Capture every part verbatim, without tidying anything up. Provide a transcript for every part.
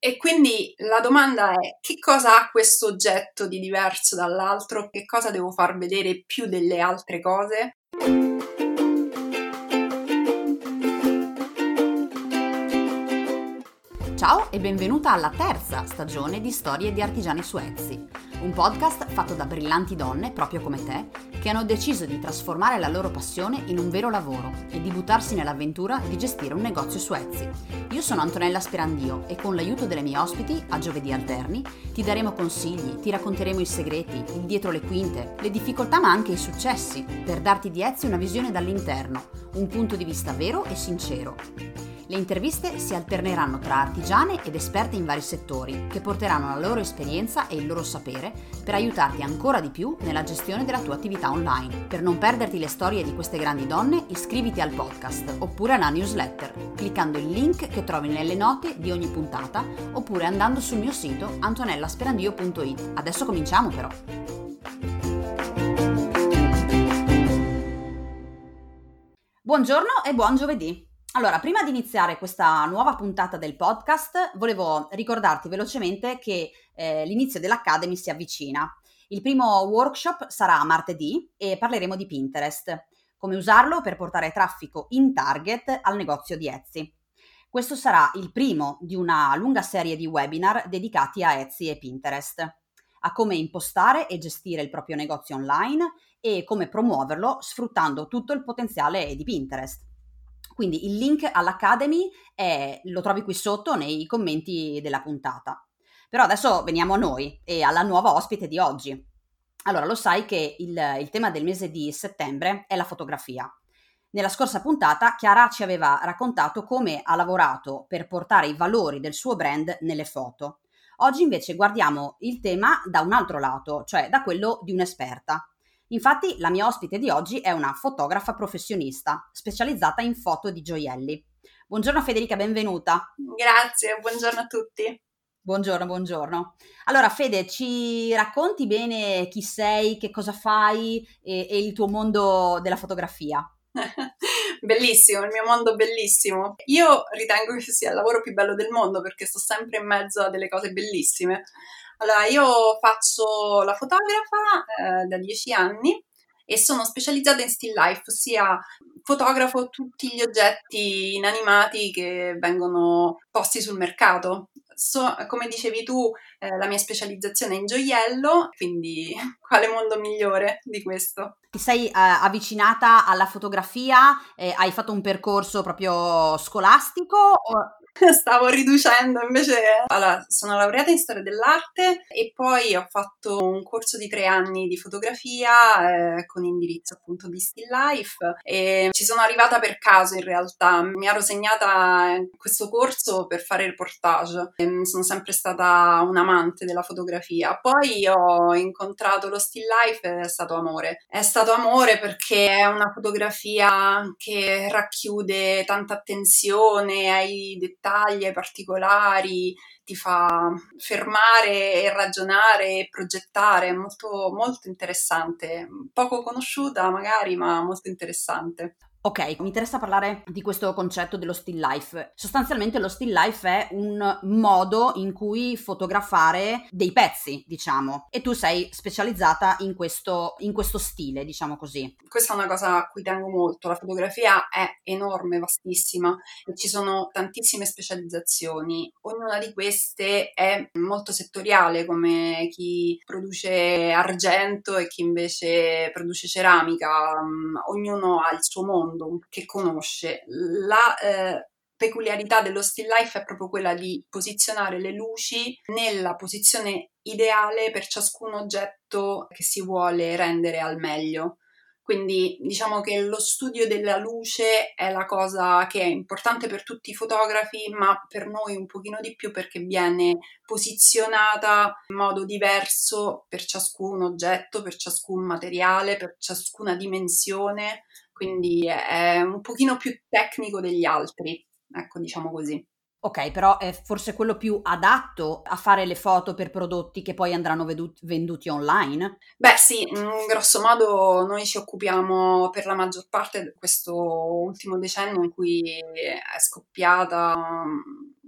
E quindi la domanda è: che cosa ha questo oggetto di diverso dall'altro? Che cosa devo far vedere più delle altre cose? Ciao e benvenuta alla terza stagione di Storie di Artigiani su Etsy, un podcast fatto da brillanti donne, proprio come te, che hanno deciso di trasformare la loro passione in un vero lavoro e di buttarsi nell'avventura di gestire un negozio su Etsy. Io sono Antonella Sperandio e con l'aiuto delle mie ospiti, a giovedì alterni, ti daremo consigli, ti racconteremo i segreti, il dietro le quinte, le difficoltà ma anche i successi, per darti di Etsy una visione dall'interno, un punto di vista vero e sincero. Le interviste si alterneranno tra artigiane ed esperte in vari settori, che porteranno la loro esperienza e il loro sapere per aiutarti ancora di più nella gestione della tua attività online. Per non perderti le storie di queste grandi donne, iscriviti al podcast oppure alla newsletter, cliccando il link che trovi nelle note di ogni puntata oppure andando sul mio sito antonellasperandio punto it. Adesso cominciamo però! Buongiorno e buon giovedì! Allora, prima di iniziare questa nuova puntata del podcast, volevo ricordarti velocemente che eh, l'inizio dell'Academy si avvicina. Il primo workshop sarà martedì e parleremo di Pinterest, come usarlo per portare traffico in target al negozio di Etsy. Questo sarà il primo di una lunga serie di webinar dedicati a Etsy e Pinterest, a come impostare e gestire il proprio negozio online e come promuoverlo sfruttando tutto il potenziale di Pinterest. Quindi il link all'Academy è, lo trovi qui sotto nei commenti della puntata. Però adesso veniamo a noi e alla nuova ospite di oggi. Allora, lo sai che il, il tema del mese di settembre è la fotografia. Nella scorsa puntata Chiara ci aveva raccontato come ha lavorato per portare i valori del suo brand nelle foto. Oggi invece guardiamo il tema da un altro lato, cioè da quello di un'esperta. Infatti la mia ospite di oggi è una fotografa professionista, specializzata in foto di gioielli. Buongiorno Federica, benvenuta. Grazie, buongiorno a tutti. Buongiorno, buongiorno. Allora Fede, ci racconti bene chi sei, che cosa fai e, e il tuo mondo della fotografia? Bellissimo, il mio mondo bellissimo. Io ritengo che sia il lavoro più bello del mondo perché sto sempre in mezzo a delle cose bellissime. Allora, io faccio la fotografa eh, da dieci anni e sono specializzata in still life, ossia fotografo tutti gli oggetti inanimati che vengono posti sul mercato. So, come dicevi tu, eh, la mia specializzazione è in gioiello, quindi quale mondo migliore di questo? Ti sei eh, avvicinata alla fotografia? Eh, hai fatto un percorso proprio scolastico? O... Stavo riducendo, invece allora, sono laureata in storia dell'arte e poi ho fatto un corso di tre anni di fotografia eh, con indirizzo appunto di still life e ci sono arrivata per caso in realtà. Mi ero segnata questo corso per fare reportage e sono sempre stata un amante della fotografia. Poi ho incontrato lo still life e è stato amore. È stato amore perché è una fotografia che racchiude tanta attenzione ai dettagli, ai particolari, ti fa fermare e ragionare e progettare, è molto, molto interessante, poco conosciuta magari, ma molto interessante. Ok, mi interessa parlare di questo concetto dello still life. Sostanzialmente lo still life è un modo in cui fotografare dei pezzi, diciamo, e tu sei specializzata in questo, in questo stile, diciamo così. Questa è una cosa a cui tengo molto, la fotografia è enorme, vastissima e ci sono tantissime specializzazioni. Ognuna di queste è molto settoriale, come chi produce argento e chi invece produce ceramica. Ognuno ha il suo mondo che conosce. La eh, peculiarità dello still life è proprio quella di posizionare le luci nella posizione ideale per ciascun oggetto che si vuole rendere al meglio. Quindi diciamo che lo studio della luce è la cosa che è importante per tutti i fotografi, ma per noi un pochino di più perché viene posizionata in modo diverso per ciascun oggetto, per ciascun materiale, per ciascuna dimensione, quindi è un pochino più tecnico degli altri, ecco, diciamo così. Ok, però è forse quello più adatto a fare le foto per prodotti che poi andranno vedu- venduti online? Beh sì, in grosso modo noi ci occupiamo per la maggior parte di questo ultimo decennio in cui è scoppiata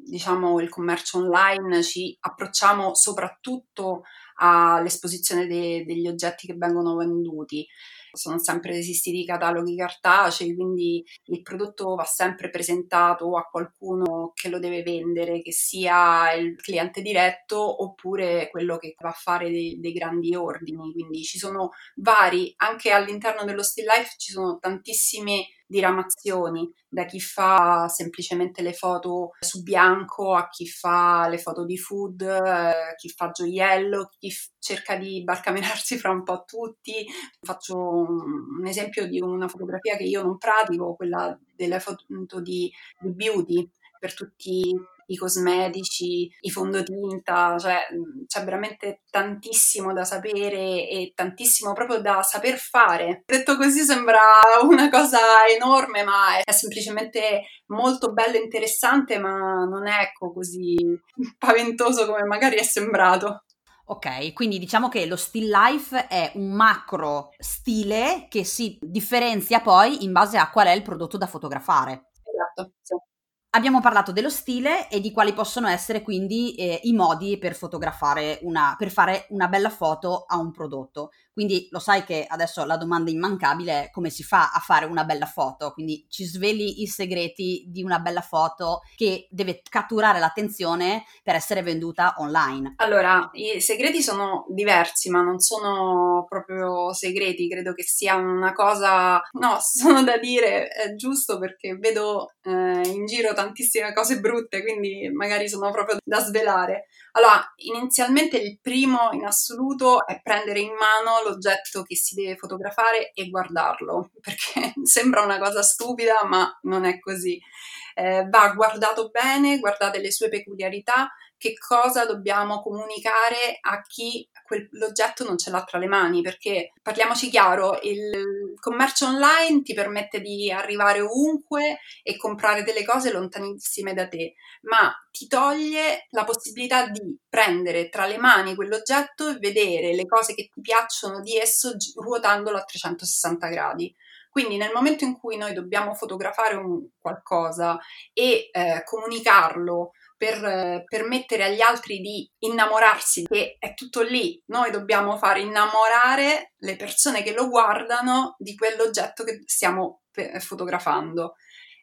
diciamo il commercio online ci approcciamo soprattutto all'esposizione de- degli oggetti che vengono venduti. Sono sempre esistiti cataloghi cartacei, quindi il prodotto va sempre presentato a qualcuno che lo deve vendere, che sia il cliente diretto oppure quello che va a fare dei, dei grandi ordini. Quindi ci sono vari, anche all'interno dello still life ci sono tantissime diramazioni, da chi fa semplicemente le foto su bianco a chi fa le foto di food, eh, chi fa gioiello, chi f- cerca di barcamenarsi fra un po' tutti. Faccio un, un esempio di una fotografia che io non pratico, quella delle foto di, di beauty, per tutti i cosmetici, i fondotinta, cioè mh, c'è veramente tantissimo da sapere e tantissimo proprio da saper fare. Detto così sembra una cosa enorme, ma è semplicemente molto bello e interessante, ma non è ecco così paventoso come magari è sembrato. Ok, quindi diciamo che lo still life è un macro stile che si differenzia poi in base a qual è il prodotto da fotografare. Esatto, sì. Abbiamo parlato dello stile e di quali possono essere quindi eh, i modi per fotografare una, per fare una bella foto a un prodotto. Quindi lo sai che adesso la domanda immancabile è come si fa a fare una bella foto, quindi ci sveli i segreti di una bella foto che deve catturare l'attenzione per essere venduta online. Allora, i segreti sono diversi, ma non sono proprio segreti, credo che sia una cosa, no, sono da dire, è giusto perché vedo eh, in giro tantissime cose brutte, quindi magari sono proprio da svelare. Allora, inizialmente il primo in assoluto è prendere in mano l'oggetto che si deve fotografare e guardarlo, perché sembra una cosa stupida, ma non è così. Eh, va guardato bene, guardate le sue peculiarità, che cosa dobbiamo comunicare a chi quell'oggetto non ce l'ha tra le mani, perché parliamoci chiaro, il commercio online ti permette di arrivare ovunque e comprare delle cose lontanissime da te, ma ti toglie la possibilità di prendere tra le mani quell'oggetto e vedere le cose che ti piacciono di esso gi- ruotandolo a trecentosessanta gradi. Quindi nel momento in cui noi dobbiamo fotografare un qualcosa e eh, comunicarlo per eh, permettere agli altri di innamorarsi, che è tutto lì. Noi dobbiamo fare innamorare le persone che lo guardano di quell'oggetto che stiamo pe- fotografando.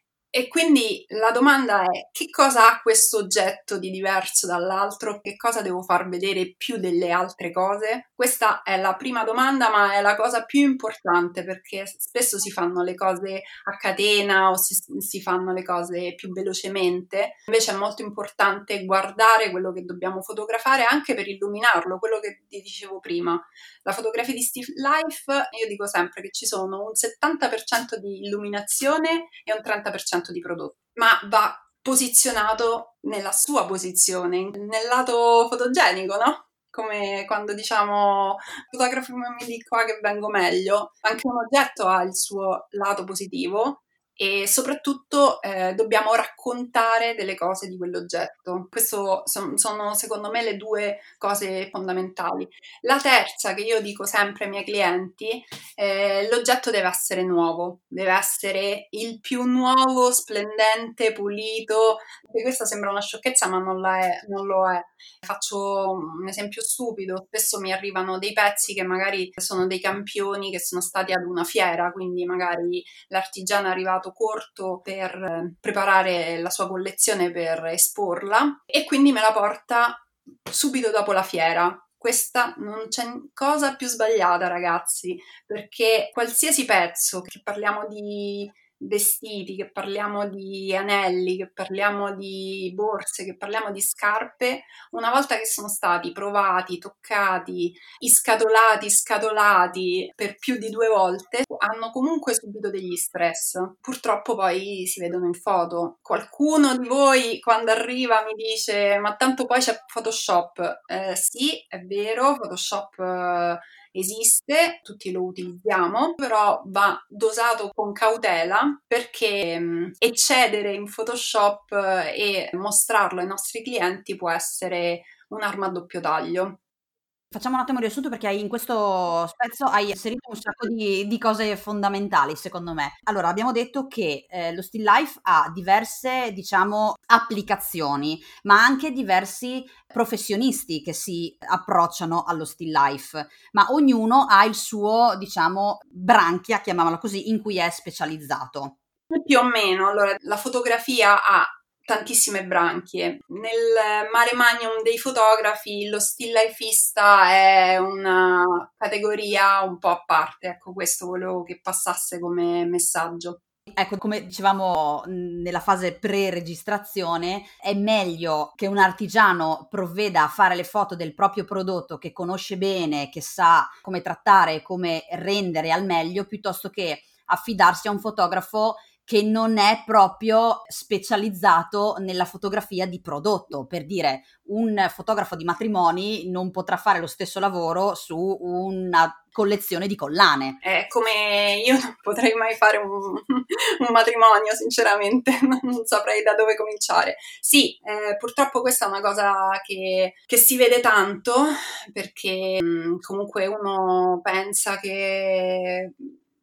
E quindi la domanda è: che cosa ha questo oggetto di diverso dall'altro? Che cosa devo far vedere più delle altre cose? Questa è la prima domanda, ma è la cosa più importante perché spesso si fanno le cose a catena o si, si fanno le cose più velocemente. Invece è molto importante guardare quello che dobbiamo fotografare anche per illuminarlo, quello che ti dicevo prima. La fotografia di still life, io dico sempre che ci sono un settanta per cento di illuminazione e un trenta per cento di prodotto, ma va posizionato nella sua posizione, nel lato fotogenico, no? Come quando diciamo fotografami di qua che vengo meglio, anche un oggetto ha il suo lato positivo e soprattutto eh, dobbiamo raccontare delle cose di quell'oggetto. Questo son, sono secondo me le due cose fondamentali. La terza che io dico sempre ai miei clienti, eh, l'oggetto deve essere nuovo, deve essere il più nuovo, splendente, pulito. E questa sembra una sciocchezza, ma non, la è, non lo è. Faccio un esempio stupido, spesso mi arrivano dei pezzi che magari sono dei campioni che sono stati ad una fiera, quindi magari l'artigiano è arrivato corto per eh, preparare la sua collezione per esporla e quindi me la porta subito dopo la fiera. Questa non c'è cosa più sbagliata, ragazzi, perché qualsiasi pezzo, che parliamo di vestiti, che parliamo di anelli, che parliamo di borse, che parliamo di scarpe, una volta che sono stati provati, toccati, iscatolati, scatolati per più di due volte, hanno comunque subito degli stress. Purtroppo poi si vedono in foto. Qualcuno di voi quando arriva mi dice ma tanto poi c'è Photoshop. Eh, sì, è vero, Photoshop eh, esiste, tutti lo utilizziamo, però va dosato con cautela perché mh, eccedere in Photoshop eh, e mostrarlo ai nostri clienti può essere un'arma a doppio taglio. Facciamo un attimo il riassunto perché hai in questo spezzo hai inserito un sacco di di cose fondamentali secondo me. Allora abbiamo detto che, ehm, lo still life ha diverse, diciamo, applicazioni, ma anche diversi professionisti che si approcciano allo still life, ma ognuno ha il suo, diciamo, branchia, chiamiamola così, in cui è specializzato. Più o meno, allora la fotografia ha tantissime branchie. Nel mare magnum dei fotografi lo still lifeista è una categoria un po' a parte, ecco questo volevo che passasse come messaggio. Ecco, come dicevamo mh, nella fase pre-registrazione, è meglio che un artigiano provveda a fare le foto del proprio prodotto che conosce bene, che sa come trattare e come rendere al meglio, piuttosto che affidarsi a un fotografo che non è proprio specializzato nella fotografia di prodotto. Per dire, un fotografo di matrimoni non potrà fare lo stesso lavoro su una collezione di collane. È come io non potrei mai fare un, un matrimonio, sinceramente, non saprei da dove cominciare. Sì, eh, purtroppo questa è una cosa che, che si vede tanto, perché mh, comunque uno pensa che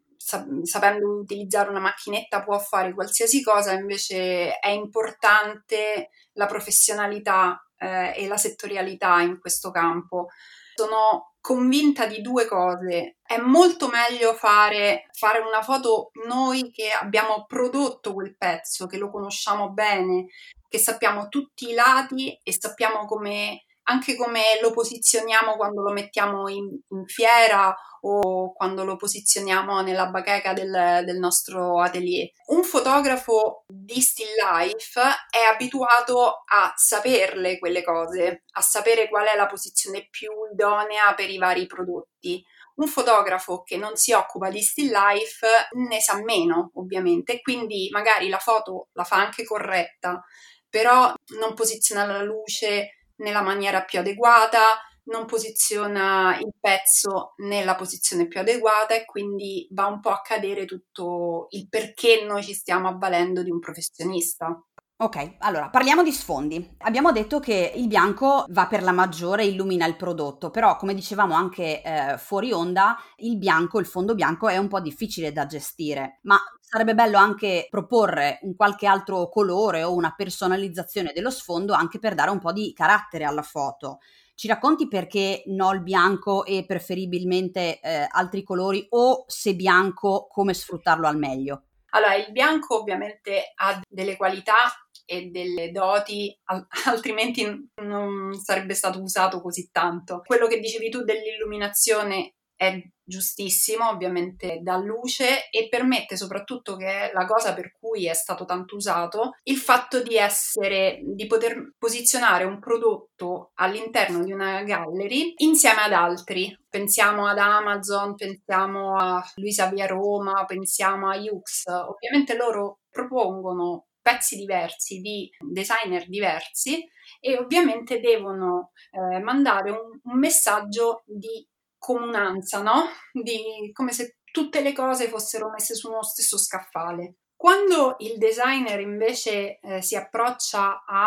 sapendo utilizzare una macchinetta può fare qualsiasi cosa, invece è importante la professionalità eh, e la settorialità in questo campo. Sono convinta di due cose. È molto meglio fare, fare una foto noi che abbiamo prodotto quel pezzo, che lo conosciamo bene, che sappiamo tutti i lati e sappiamo come, anche come lo posizioniamo quando lo mettiamo in, in fiera o quando lo posizioniamo nella bacheca del, del nostro atelier. Un fotografo di still life è abituato a saperle quelle cose, a sapere qual è la posizione più idonea per i vari prodotti. Un fotografo che non si occupa di still life ne sa meno, ovviamente, e quindi magari la foto la fa anche corretta, però non posiziona la luce nella maniera più adeguata, non posiziona il pezzo nella posizione più adeguata e quindi va un po' a cadere tutto il perché noi ci stiamo avvalendo di un professionista. Ok, allora parliamo di sfondi. Abbiamo detto che il bianco va per la maggiore, illumina il prodotto, però come dicevamo anche eh, fuori onda, il bianco, il fondo bianco è un po' difficile da gestire, ma sarebbe bello anche proporre un qualche altro colore o una personalizzazione dello sfondo anche per dare un po' di carattere alla foto. Ci racconti perché no il bianco e preferibilmente eh, altri colori o se bianco come sfruttarlo al meglio? Allora, il bianco ovviamente ha delle qualità e delle doti, al- altrimenti non sarebbe stato usato così tanto. Quello che dicevi tu dell'illuminazione è giustissimo, ovviamente dà luce e permette soprattutto, che è la cosa per cui è stato tanto usato, il fatto di essere, di poter posizionare un prodotto all'interno di una gallery insieme ad altri. Pensiamo ad Amazon, pensiamo a Luisa Via Roma, pensiamo a Yux. Ovviamente loro propongono pezzi diversi di designer diversi e ovviamente devono eh, mandare un, un messaggio di comunanza, no? Di, come se tutte le cose fossero messe su uno stesso scaffale. Quando il designer invece eh, si approccia a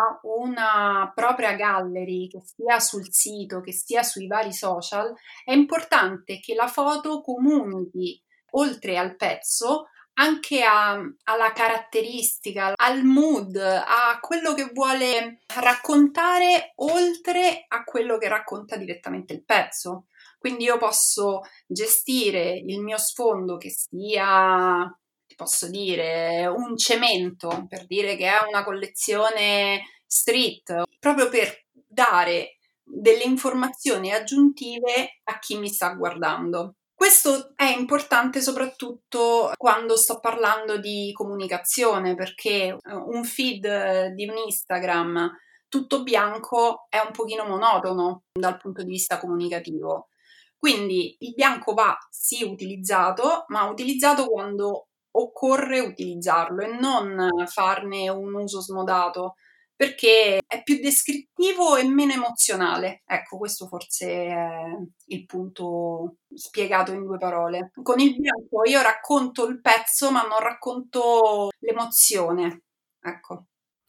una propria gallery, che sia sul sito, che sia sui vari social, è importante che la foto comunichi, oltre al pezzo, anche a, alla caratteristica, al mood, a quello che vuole raccontare, oltre a quello che racconta direttamente il pezzo. Quindi io posso gestire il mio sfondo che sia, ti posso dire, un cemento, per dire che è una collezione street, proprio per dare delle informazioni aggiuntive a chi mi sta guardando. Questo è importante soprattutto quando sto parlando di comunicazione, perché un feed di un Instagram tutto bianco è un pochino monotono dal punto di vista comunicativo. Quindi il bianco va sì utilizzato, ma utilizzato quando occorre utilizzarlo e non farne un uso smodato, perché è più descrittivo e meno emozionale. Ecco, questo forse è il punto spiegato in due parole. Con il bianco io racconto il pezzo, ma non racconto l'emozione. Ecco.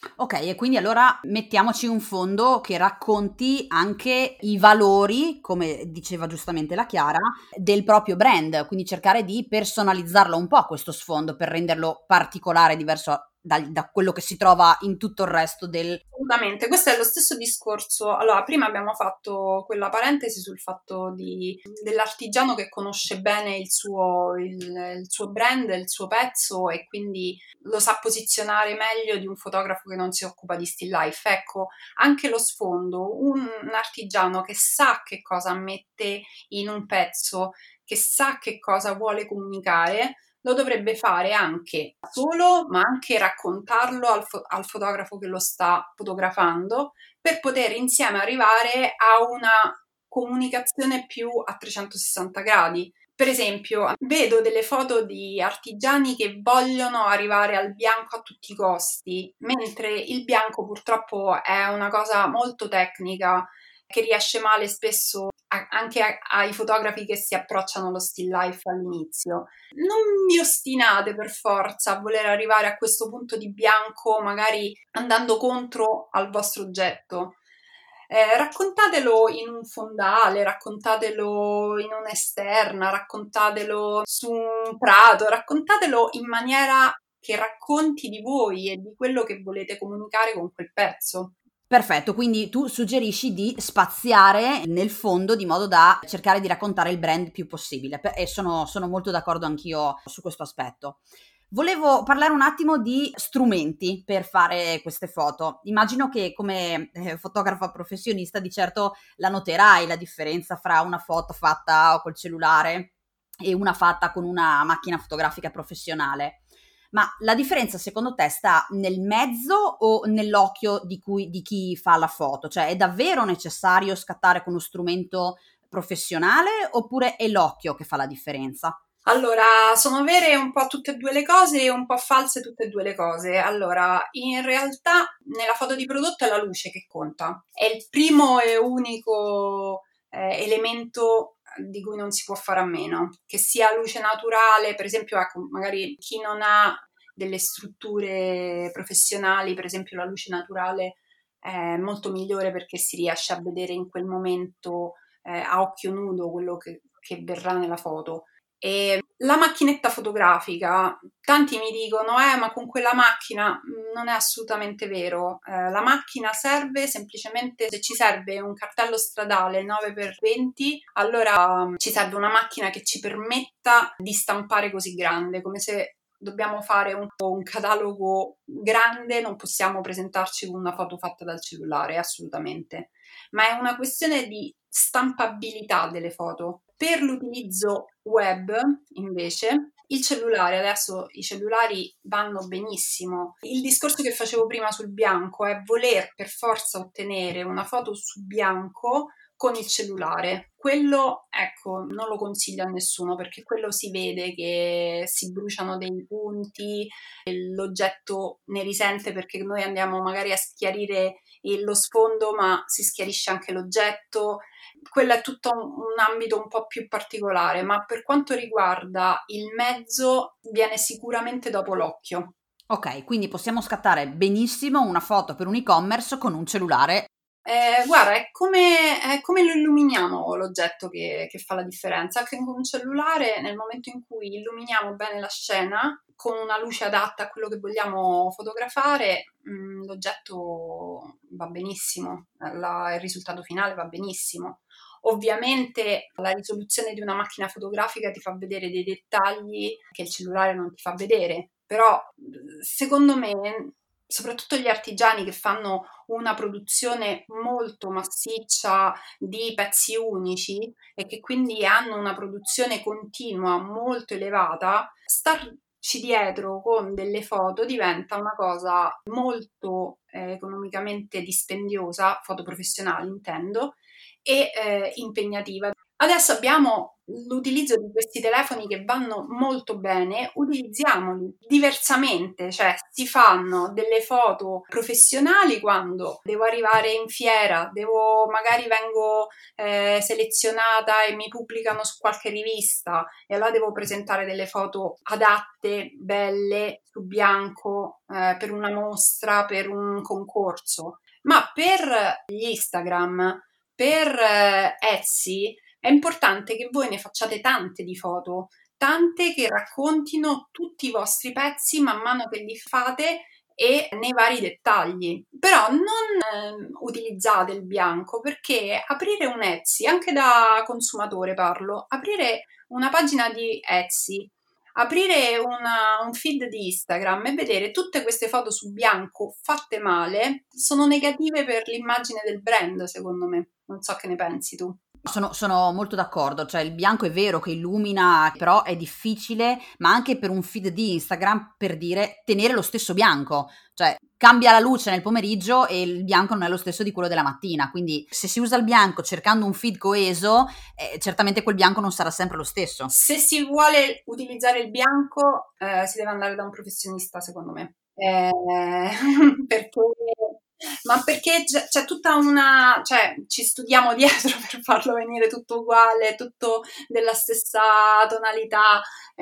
Ok, e quindi allora mettiamoci un fondo che racconti anche i valori, come diceva giustamente la Chiara, del proprio brand, quindi cercare di personalizzarlo un po' questo sfondo per renderlo particolare, diverso da, da quello che si trova in tutto il resto del... Assolutamente, questo è lo stesso discorso. Allora, prima abbiamo fatto quella parentesi sul fatto di, dell'artigiano che conosce bene il suo, il, il suo brand, il suo pezzo e quindi lo sa posizionare meglio di un fotografo che non si occupa di still life. Ecco, anche lo sfondo, un, un artigiano che sa che cosa mette in un pezzo, che sa che cosa vuole comunicare, lo dovrebbe fare anche solo, ma anche raccontarlo al, fo- al fotografo che lo sta fotografando per poter insieme arrivare a una comunicazione più a trecentosessanta gradi. Per esempio, vedo delle foto di artigiani che vogliono arrivare al bianco a tutti i costi, mentre il bianco purtroppo è una cosa molto tecnica che riesce male spesso a- anche a- ai fotografi che si approcciano allo still life all'inizio. Non vi ostinate per forza a voler arrivare a questo punto di bianco, magari andando contro al vostro oggetto. Eh, raccontatelo in un fondale, raccontatelo in un'esterna, raccontatelo su un prato, raccontatelo in maniera che racconti di voi e di quello che volete comunicare con quel pezzo. Perfetto, quindi tu suggerisci di spaziare nel fondo di modo da cercare di raccontare il brand più possibile per- e sono, sono molto d'accordo anch'io su questo aspetto. Volevo parlare un attimo di strumenti per fare queste foto. Immagino che come eh, fotografa professionista di certo la noterai la differenza fra una foto fatta col cellulare e una fatta con una macchina fotografica professionale. Ma la differenza secondo te sta nel mezzo o nell'occhio di, cui, di chi fa la foto? Cioè è davvero necessario scattare con uno strumento professionale oppure è l'occhio che fa la differenza? Allora, sono vere un po' tutte e due le cose e un po' false tutte e due le cose. Allora, in realtà nella foto di prodotto è la luce che conta. È il primo e unico eh, elemento di cui non si può fare a meno. Che sia luce naturale, per esempio, ecco, magari chi non ha delle strutture professionali, per esempio la luce naturale è molto migliore perché si riesce a vedere in quel momento eh, a occhio nudo quello che, che verrà nella foto. E la macchinetta fotografica, tanti mi dicono, eh, ma con quella macchina non è assolutamente vero. Eh, la macchina serve semplicemente se ci serve un cartello stradale nove per venti, allora um, ci serve una macchina che ci permetta di stampare così grande, come se dobbiamo fare un, un catalogo grande, non possiamo presentarci con una foto fatta dal cellulare, assolutamente. Ma è una questione di stampabilità delle foto. Per l'utilizzo web, invece, il cellulare, adesso i cellulari vanno benissimo. Il discorso che facevo prima sul bianco è voler per forza ottenere una foto su bianco con il cellulare. Quello, ecco, non lo consiglio a nessuno perché quello si vede che si bruciano dei punti, l'oggetto ne risente perché noi andiamo magari a schiarire lo sfondo, ma si schiarisce anche l'oggetto. Quello è tutto un, un ambito un po' più particolare, ma per quanto riguarda il mezzo, viene sicuramente dopo l'occhio. Ok, quindi possiamo scattare benissimo una foto per un e-commerce con un cellulare. Eh, guarda, è come, è come lo illuminiamo l'oggetto che, che fa la differenza. Anche con un cellulare, nel momento in cui illuminiamo bene la scena, con una luce adatta a quello che vogliamo fotografare, mh, l'oggetto va benissimo, la- il risultato finale va benissimo. Ovviamente la risoluzione di una macchina fotografica ti fa vedere dei dettagli che il cellulare non ti fa vedere, però secondo me, soprattutto gli artigiani che fanno una produzione molto massiccia di pezzi unici e che quindi hanno una produzione continua molto elevata, starci dietro con delle foto diventa una cosa molto eh, economicamente dispendiosa, foto professionali intendo, e eh, impegnativa. Adesso abbiamo l'utilizzo di questi telefoni che vanno molto bene, utilizziamoli diversamente, cioè si fanno delle foto professionali quando devo arrivare in fiera, devo magari vengo eh, selezionata e mi pubblicano su qualche rivista e allora devo presentare delle foto adatte, belle, su bianco, eh, per una mostra, per un concorso. Ma per gli Instagram, per eh, Etsy, è importante che voi ne facciate tante di foto, tante che raccontino tutti i vostri pezzi man mano che li fate e nei vari dettagli. Però non eh, utilizzate il bianco, perché aprire un Etsy, anche da consumatore parlo, aprire una pagina di Etsy, aprire una, un feed di Instagram e vedere tutte queste foto su bianco fatte male sono negative per l'immagine del brand, secondo me. Non so che ne pensi tu. Sono, sono molto d'accordo, cioè il bianco è vero che illumina, però è difficile, ma anche per un feed di Instagram, per dire, tenere lo stesso bianco, cioè cambia la luce nel pomeriggio e il bianco non è lo stesso di quello della mattina, quindi se si usa il bianco cercando un feed coeso, eh, certamente quel bianco non sarà sempre lo stesso. Se si vuole utilizzare il bianco, eh, si deve andare da un professionista, secondo me. Eh, perché, ma perché c'è, c'è tutta una, cioè ci studiamo dietro per farlo venire tutto uguale, tutto della stessa tonalità,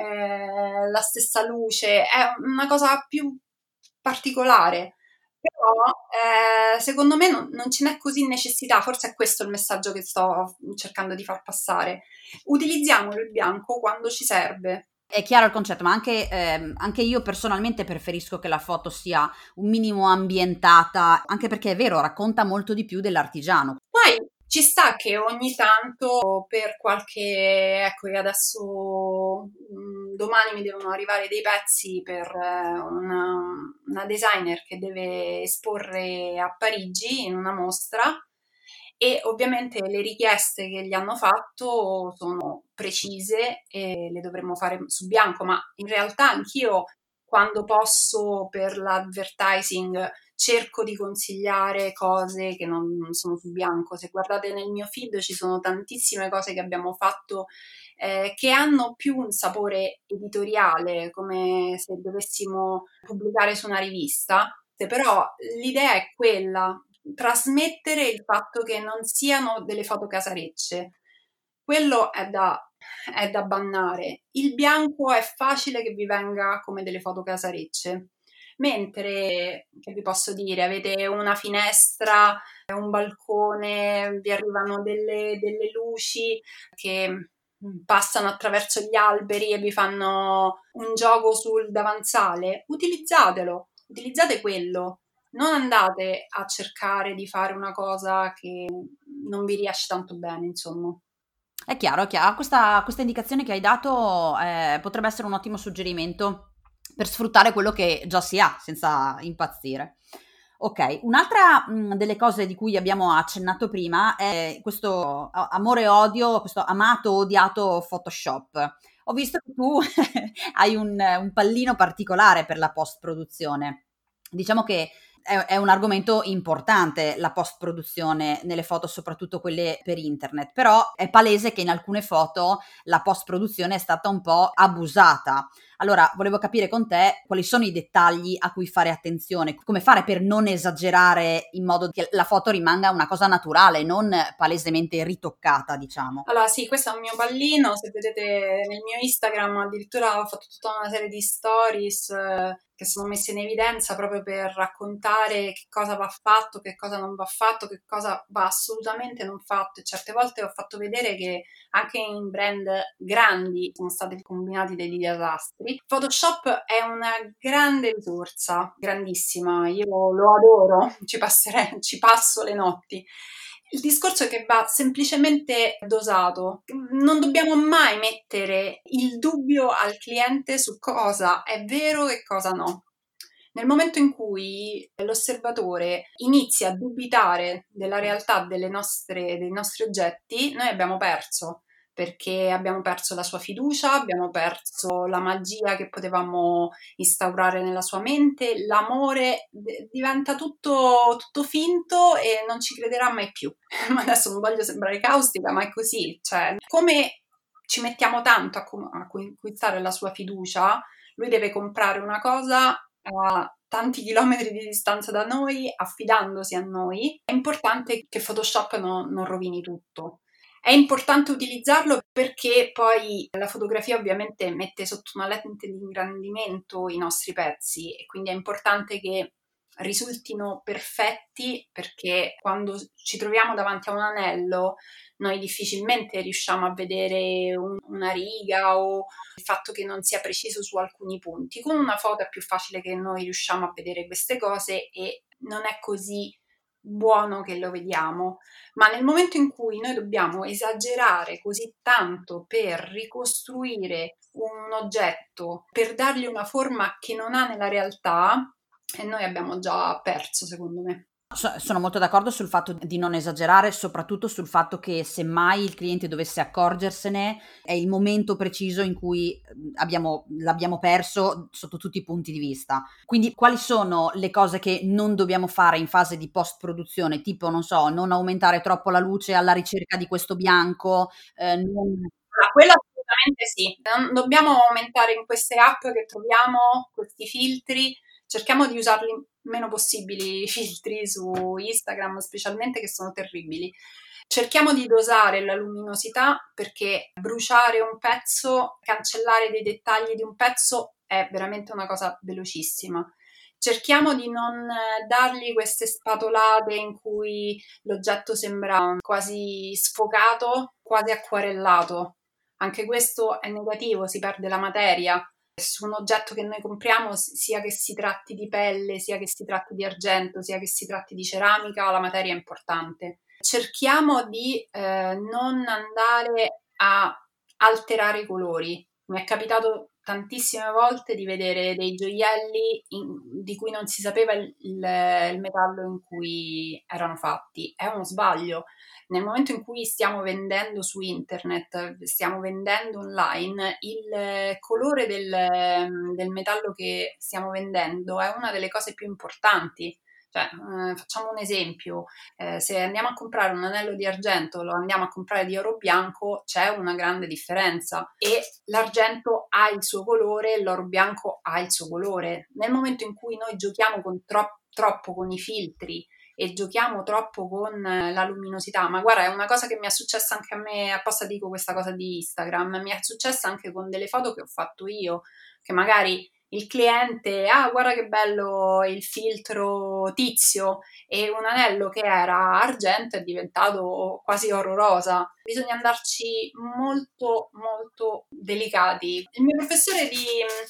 eh, la stessa luce, è una cosa più particolare. Però eh, secondo me non, non ce n'è così necessità, forse è questo il messaggio che sto cercando di far passare. Utilizziamolo il bianco quando ci serve. È chiaro il concetto, ma anche, ehm, anche io personalmente preferisco che la foto sia un minimo ambientata, anche perché è vero, racconta molto di più dell'artigiano. Poi ci sta che ogni tanto per qualche, ecco, io adesso mh, domani mi devono arrivare dei pezzi per eh, una, una designer che deve esporre a Parigi in una mostra e ovviamente le richieste che gli hanno fatto sono precise e le dovremmo fare su bianco, ma in realtà anch'io quando posso per l'advertising cerco di consigliare cose che non sono su bianco. Se guardate nel mio feed ci sono tantissime cose che abbiamo fatto eh, che hanno più un sapore editoriale, come se dovessimo pubblicare su una rivista, però l'idea è quella, trasmettere il fatto che non siano delle foto casarecce. Quello è da, è da bannare. Il bianco è facile che vi venga come delle foto casarecce. Mentre, che vi posso dire, avete una finestra, un balcone, vi arrivano delle, delle luci che passano attraverso gli alberi e vi fanno un gioco sul davanzale, utilizzatelo, utilizzate quello. Non andate a cercare di fare una cosa che non vi riesce tanto bene, insomma. È chiaro, è chiaro. Questa, questa indicazione che hai dato eh, potrebbe essere un ottimo suggerimento per sfruttare quello che già si ha, senza impazzire. Ok, un'altra mh, delle cose di cui abbiamo accennato prima è questo a- amore e odio, questo amato odiato Photoshop. Ho visto che tu hai un, un pallino particolare per la post-produzione. Diciamo che è, è un argomento importante la post-produzione nelle foto, soprattutto quelle per internet, però è palese che in alcune foto la post-produzione è stata un po' abusata. Allora, volevo capire con te quali sono i dettagli a cui fare attenzione, come fare per non esagerare in modo che la foto rimanga una cosa naturale, non palesemente ritoccata, diciamo. Allora, sì, questo è un mio pallino. Se vedete nel mio Instagram, addirittura ho fatto tutta una serie di stories eh, che sono messe in evidenza proprio per raccontare che cosa va fatto, che cosa non va fatto, che cosa va assolutamente non fatto. E certe volte ho fatto vedere che anche in brand grandi sono stati combinati dei disastri. Photoshop è una grande risorsa, grandissima. Io lo adoro, ci passerei, ci passo le notti. Il discorso è che va semplicemente dosato. Non dobbiamo mai mettere il dubbio al cliente su cosa è vero e cosa no. Nel momento in cui l'osservatore inizia a dubitare della realtà delle nostre, dei nostri oggetti, noi abbiamo perso, perché abbiamo perso la sua fiducia, abbiamo perso la magia che potevamo instaurare nella sua mente, l'amore d- diventa tutto, tutto finto e non ci crederà mai più. Ma adesso non voglio sembrare caustica, ma è così, cioè come ci mettiamo tanto a, co- a conquistare la sua fiducia, lui deve comprare una cosa a tanti chilometri di distanza da noi, affidandosi a noi. È importante che Photoshop no- non rovini tutto. È importante utilizzarlo perché poi la fotografia ovviamente mette sotto una lente di ingrandimento i nostri pezzi e quindi è importante che risultino perfetti, perché quando ci troviamo davanti a un anello noi difficilmente riusciamo a vedere un- una riga o il fatto che non sia preciso su alcuni punti. Con una foto è più facile che noi riusciamo a vedere queste cose e non è così buono che lo vediamo, ma nel momento in cui noi dobbiamo esagerare così tanto per ricostruire un oggetto, per dargli una forma che non ha nella realtà, e noi abbiamo già perso, secondo me. So- Sono molto d'accordo sul fatto di non esagerare, soprattutto sul fatto che se mai il cliente dovesse accorgersene, è il momento preciso in cui eh, abbiamo- l'abbiamo perso sotto tutti i punti di vista. Quindi, quali sono le cose che non dobbiamo fare in fase di post-produzione? Tipo, non so, non aumentare troppo la luce alla ricerca di questo bianco, eh, non- Ah, quello assolutamente sì. Non dobbiamo aumentare in queste app che troviamo questi filtri, cerchiamo di usarli il meno possibili i filtri su Instagram, specialmente, che sono terribili. Cerchiamo di dosare la luminosità, perché bruciare un pezzo, cancellare dei dettagli di un pezzo è veramente una cosa velocissima. Cerchiamo di non eh, dargli queste spatolate in cui l'oggetto sembra quasi sfocato, quasi acquarellato. Anche questo è negativo, si perde la materia. Su un oggetto che noi compriamo, sia che si tratti di pelle, sia che si tratti di argento, sia che si tratti di ceramica, la materia è importante. Cerchiamo di eh, non andare a alterare i colori. Mi è capitato tantissime volte di vedere dei gioielli in, di cui non si sapeva il, il, il metallo in cui erano fatti. È uno sbaglio. Nel momento in cui stiamo vendendo su internet, stiamo vendendo online, il colore del, del metallo che stiamo vendendo è una delle cose più importanti. Cioè, eh, facciamo un esempio, eh, se andiamo a comprare un anello di argento, lo andiamo a comprare di oro bianco, c'è una grande differenza e l'argento ha il suo colore, l'oro bianco ha il suo colore. Nel momento in cui noi giochiamo con tro- troppo con i filtri e giochiamo troppo con la luminosità, ma guarda, è una cosa che mi è successa anche a me, apposta dico questa cosa di Instagram, mi è successa anche con delle foto che ho fatto io, che magari il cliente, ah guarda che bello il filtro tizio, e un anello che era argento è diventato quasi oro rosa. Bisogna andarci molto molto delicati. Il mio professore di,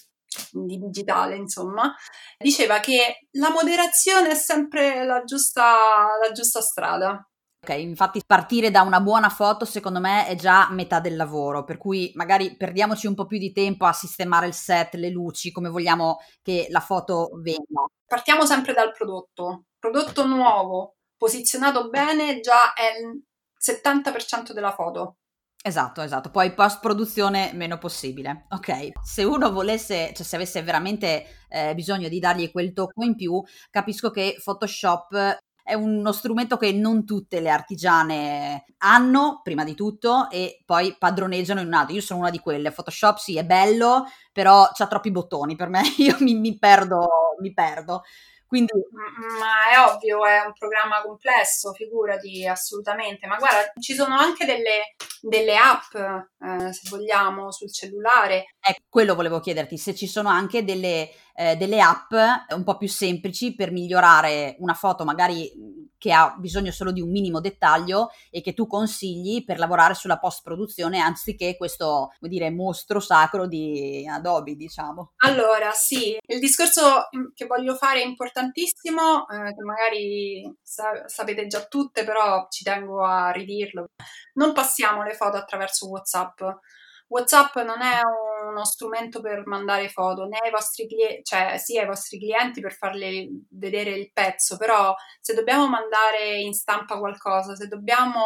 di digitale, insomma, diceva che la moderazione è sempre la giusta, la giusta strada. Ok, infatti partire da una buona foto secondo me è già metà del lavoro, per cui magari perdiamoci un po' più di tempo a sistemare il set, le luci, come vogliamo che la foto venga. Partiamo sempre dal prodotto. Prodotto nuovo, posizionato bene, già è il settanta per cento della foto. Esatto, esatto. Poi post produzione meno possibile. Ok, se uno volesse, cioè se avesse veramente eh, bisogno di dargli quel tocco in più, capisco che Photoshop è uno strumento che non tutte le artigiane hanno, prima di tutto, e poi padroneggiano in un altro. Io sono una di quelle. Photoshop sì, è bello, però c'ha troppi bottoni per me. Io mi, mi perdo, mi perdo. Quindi Ma è ovvio, è un programma complesso, figurati, assolutamente. Ma guarda, ci sono anche delle, delle app, eh, se vogliamo, sul cellulare. ecco, quello volevo chiederti, se ci sono anche delle, eh, delle app un po' più semplici per migliorare una foto magari mh, che ha bisogno solo di un minimo dettaglio e che tu consigli per lavorare sulla post-produzione anziché questo, come dire, mostro sacro di Adobe, diciamo. Allora, sì, il discorso che voglio fare è importantissimo, eh, che magari sa- sapete già tutte, però ci tengo a ridirlo. Non passiamo le foto attraverso WhatsApp. WhatsApp non è uno strumento per mandare foto, né ai vostri clienti, cioè sì ai vostri clienti per farle vedere il pezzo, però se dobbiamo mandare in stampa qualcosa, se dobbiamo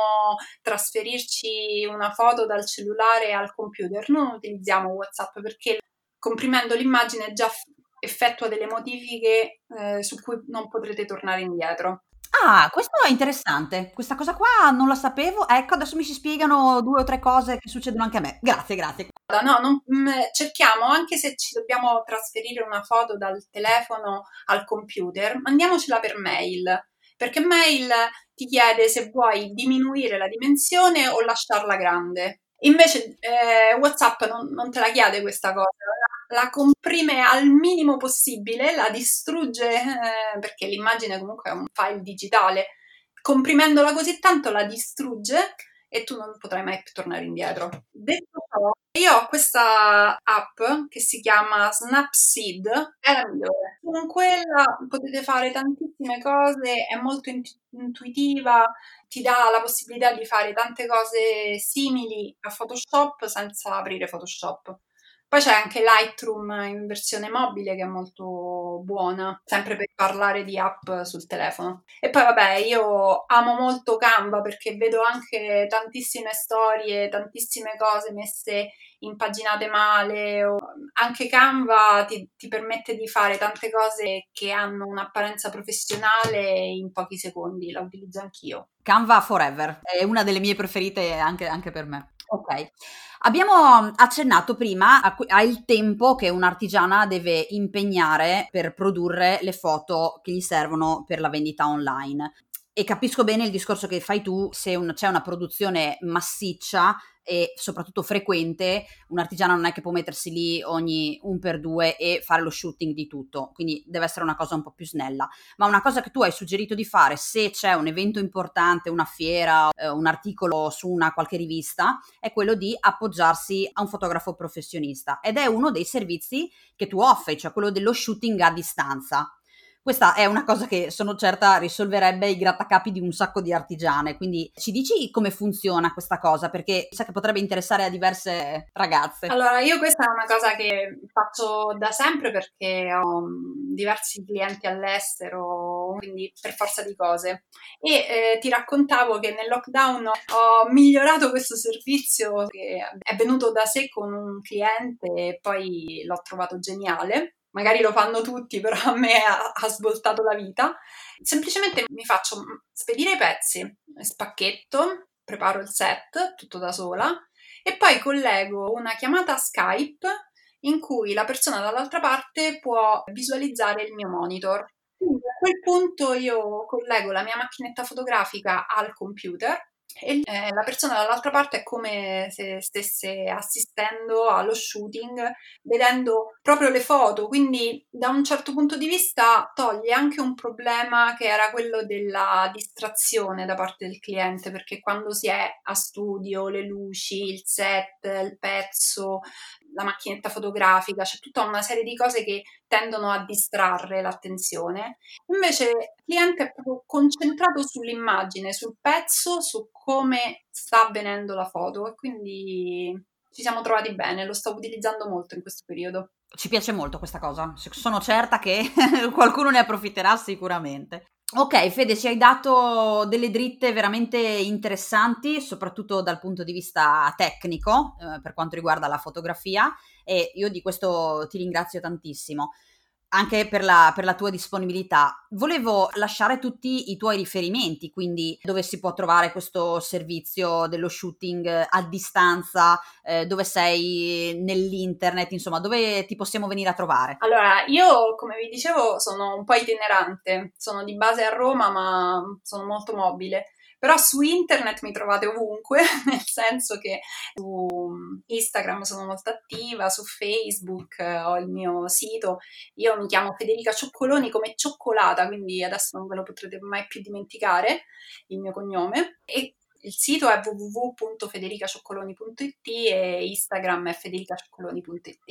trasferirci una foto dal cellulare al computer, non utilizziamo WhatsApp perché comprimendo l'immagine già effettua delle modifiche eh, su cui non potrete tornare indietro. Ah, questo è interessante. Questa cosa qua non la sapevo. Ecco, adesso mi si spiegano due o tre cose che succedono anche a me. Grazie, grazie. No, non, mh, cerchiamo, anche se ci dobbiamo trasferire una foto dal telefono al computer, mandiamocela per mail, perché mail ti chiede se vuoi diminuire la dimensione o lasciarla grande. Invece eh, WhatsApp non, non te la chiede questa cosa, la, la comprime al minimo possibile, la distrugge, eh, perché l'immagine comunque è un file digitale, comprimendola così tanto la distrugge e tu non potrai mai più tornare indietro. Detto ciò, io ho questa app che si chiama Snapseed, è la migliore. Con quella potete fare tantissime cose, è molto intu- intuitiva, ti dà la possibilità di fare tante cose simili a Photoshop senza aprire Photoshop. Poi c'è anche Lightroom in versione mobile che è molto buona, sempre per parlare di app sul telefono. E poi vabbè, io amo molto Canva perché vedo anche tantissime storie, tantissime cose messe impaginate male. O... Anche Canva ti, ti permette di fare tante cose che hanno un'apparenza professionale in pochi secondi, la utilizzo anch'io. Canva Forever, è una delle mie preferite anche, anche per me. Ok, abbiamo accennato prima a que- al tempo che un'artigiana deve impegnare per produrre le foto che gli servono per la vendita online. E capisco bene il discorso che fai tu, se un- c'è una produzione massiccia e soprattutto frequente, un'artigiana non è che può mettersi lì ogni un per due e fare lo shooting di tutto, quindi deve essere una cosa un po' più snella. Ma una cosa che tu hai suggerito di fare se c'è un evento importante, una fiera, eh, un articolo su una qualche rivista, è quello di appoggiarsi a un fotografo professionista ed è uno dei servizi che tu offri, cioè quello dello shooting a distanza. Questa è una cosa che sono certa risolverebbe i grattacapi di un sacco di artigiane, quindi ci dici come funziona questa cosa? Perché sa che potrebbe interessare a diverse ragazze. Allora, io questa è una cosa che faccio da sempre perché ho mm, diversi clienti all'estero, quindi per forza di cose. E eh, ti raccontavo che nel lockdown ho migliorato questo servizio che è venuto da sé con un cliente e poi l'ho trovato geniale. Magari lo fanno tutti, però a me ha, ha svoltato la vita. Semplicemente mi faccio spedire i pezzi, spacchetto, preparo il set tutto da sola e poi collego una chiamata Skype in cui la persona dall'altra parte può visualizzare il mio monitor. Quindi a quel punto io collego la mia macchinetta fotografica al computer e eh, la persona dall'altra parte è come se stesse assistendo allo shooting, vedendo proprio le foto, quindi da un certo punto di vista toglie anche un problema che era quello della distrazione da parte del cliente, perché quando si è a studio, le luci, il set, il pezzo, la macchinetta fotografica, c'è tutta una serie di cose che tendono a distrarre l'attenzione. Invece il cliente è proprio concentrato sull'immagine, sul pezzo, su come sta avvenendo la foto e quindi ci siamo trovati bene, lo sto utilizzando molto in questo periodo. Ci piace molto questa cosa, sono certa che qualcuno ne approfitterà sicuramente. Ok, Fede, ci hai dato delle dritte veramente interessanti, soprattutto dal punto di vista tecnico, eh, per quanto riguarda la fotografia, e io di questo ti ringrazio tantissimo, anche per la, per la tua disponibilità. Volevo lasciare tutti i tuoi riferimenti, quindi dove si può trovare questo servizio dello shooting a distanza, eh, dove sei nell'internet, insomma, dove ti possiamo venire a trovare. Allora, io come vi dicevo sono un po' itinerante, sono di base a Roma ma sono molto mobile, però su internet mi trovate ovunque, nel senso che su Instagram sono molto attiva, su Facebook eh, ho il mio sito, io mi chiamo Federica Cioccoloni come cioccolata, quindi adesso non ve lo potrete mai più dimenticare, il mio cognome, e il sito è w w w punto federicacioccoloni punto i t e Instagram è federicacioccoloni punto i t.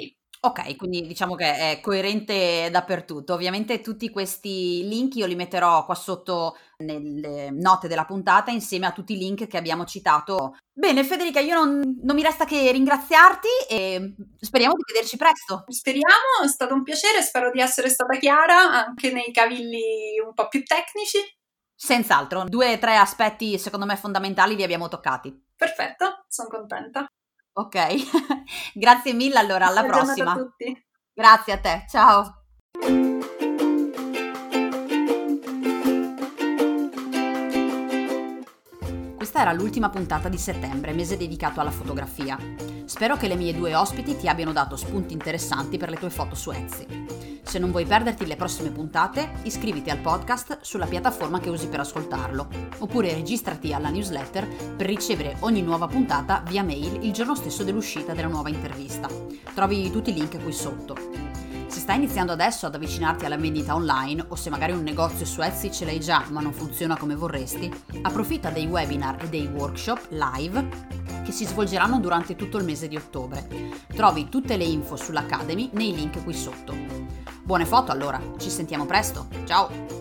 Ok, quindi diciamo che è coerente dappertutto. Ovviamente tutti questi link io li metterò qua sotto nelle note della puntata insieme a tutti i link che abbiamo citato. Bene, Federica, io non, non mi resta che ringraziarti e speriamo di vederci presto. Speriamo, è stato un piacere, spero di essere stata chiara anche nei cavilli un po' più tecnici. Senz'altro, due o tre aspetti secondo me fondamentali li abbiamo toccati. Perfetto, sono contenta. Ok, grazie mille allora, alla Buona giornata prossima. a tutti. Grazie a te, ciao. Questa era l'ultima puntata di settembre, mese dedicato alla fotografia. Spero che le mie due ospiti ti abbiano dato spunti interessanti per le tue foto su Etsy. Se non vuoi perderti le prossime puntate, iscriviti al podcast sulla piattaforma che usi per ascoltarlo, oppure registrati alla newsletter per ricevere ogni nuova puntata via mail il giorno stesso dell'uscita della nuova intervista. Trovi tutti i link qui sotto. Se stai iniziando adesso ad avvicinarti alla vendita online o se magari un negozio su Etsy ce l'hai già ma non funziona come vorresti, approfitta dei webinar e dei workshop live che si svolgeranno durante tutto il mese di ottobre. Trovi tutte le info sull'Academy nei link qui sotto. Buone foto allora, ci sentiamo presto, ciao!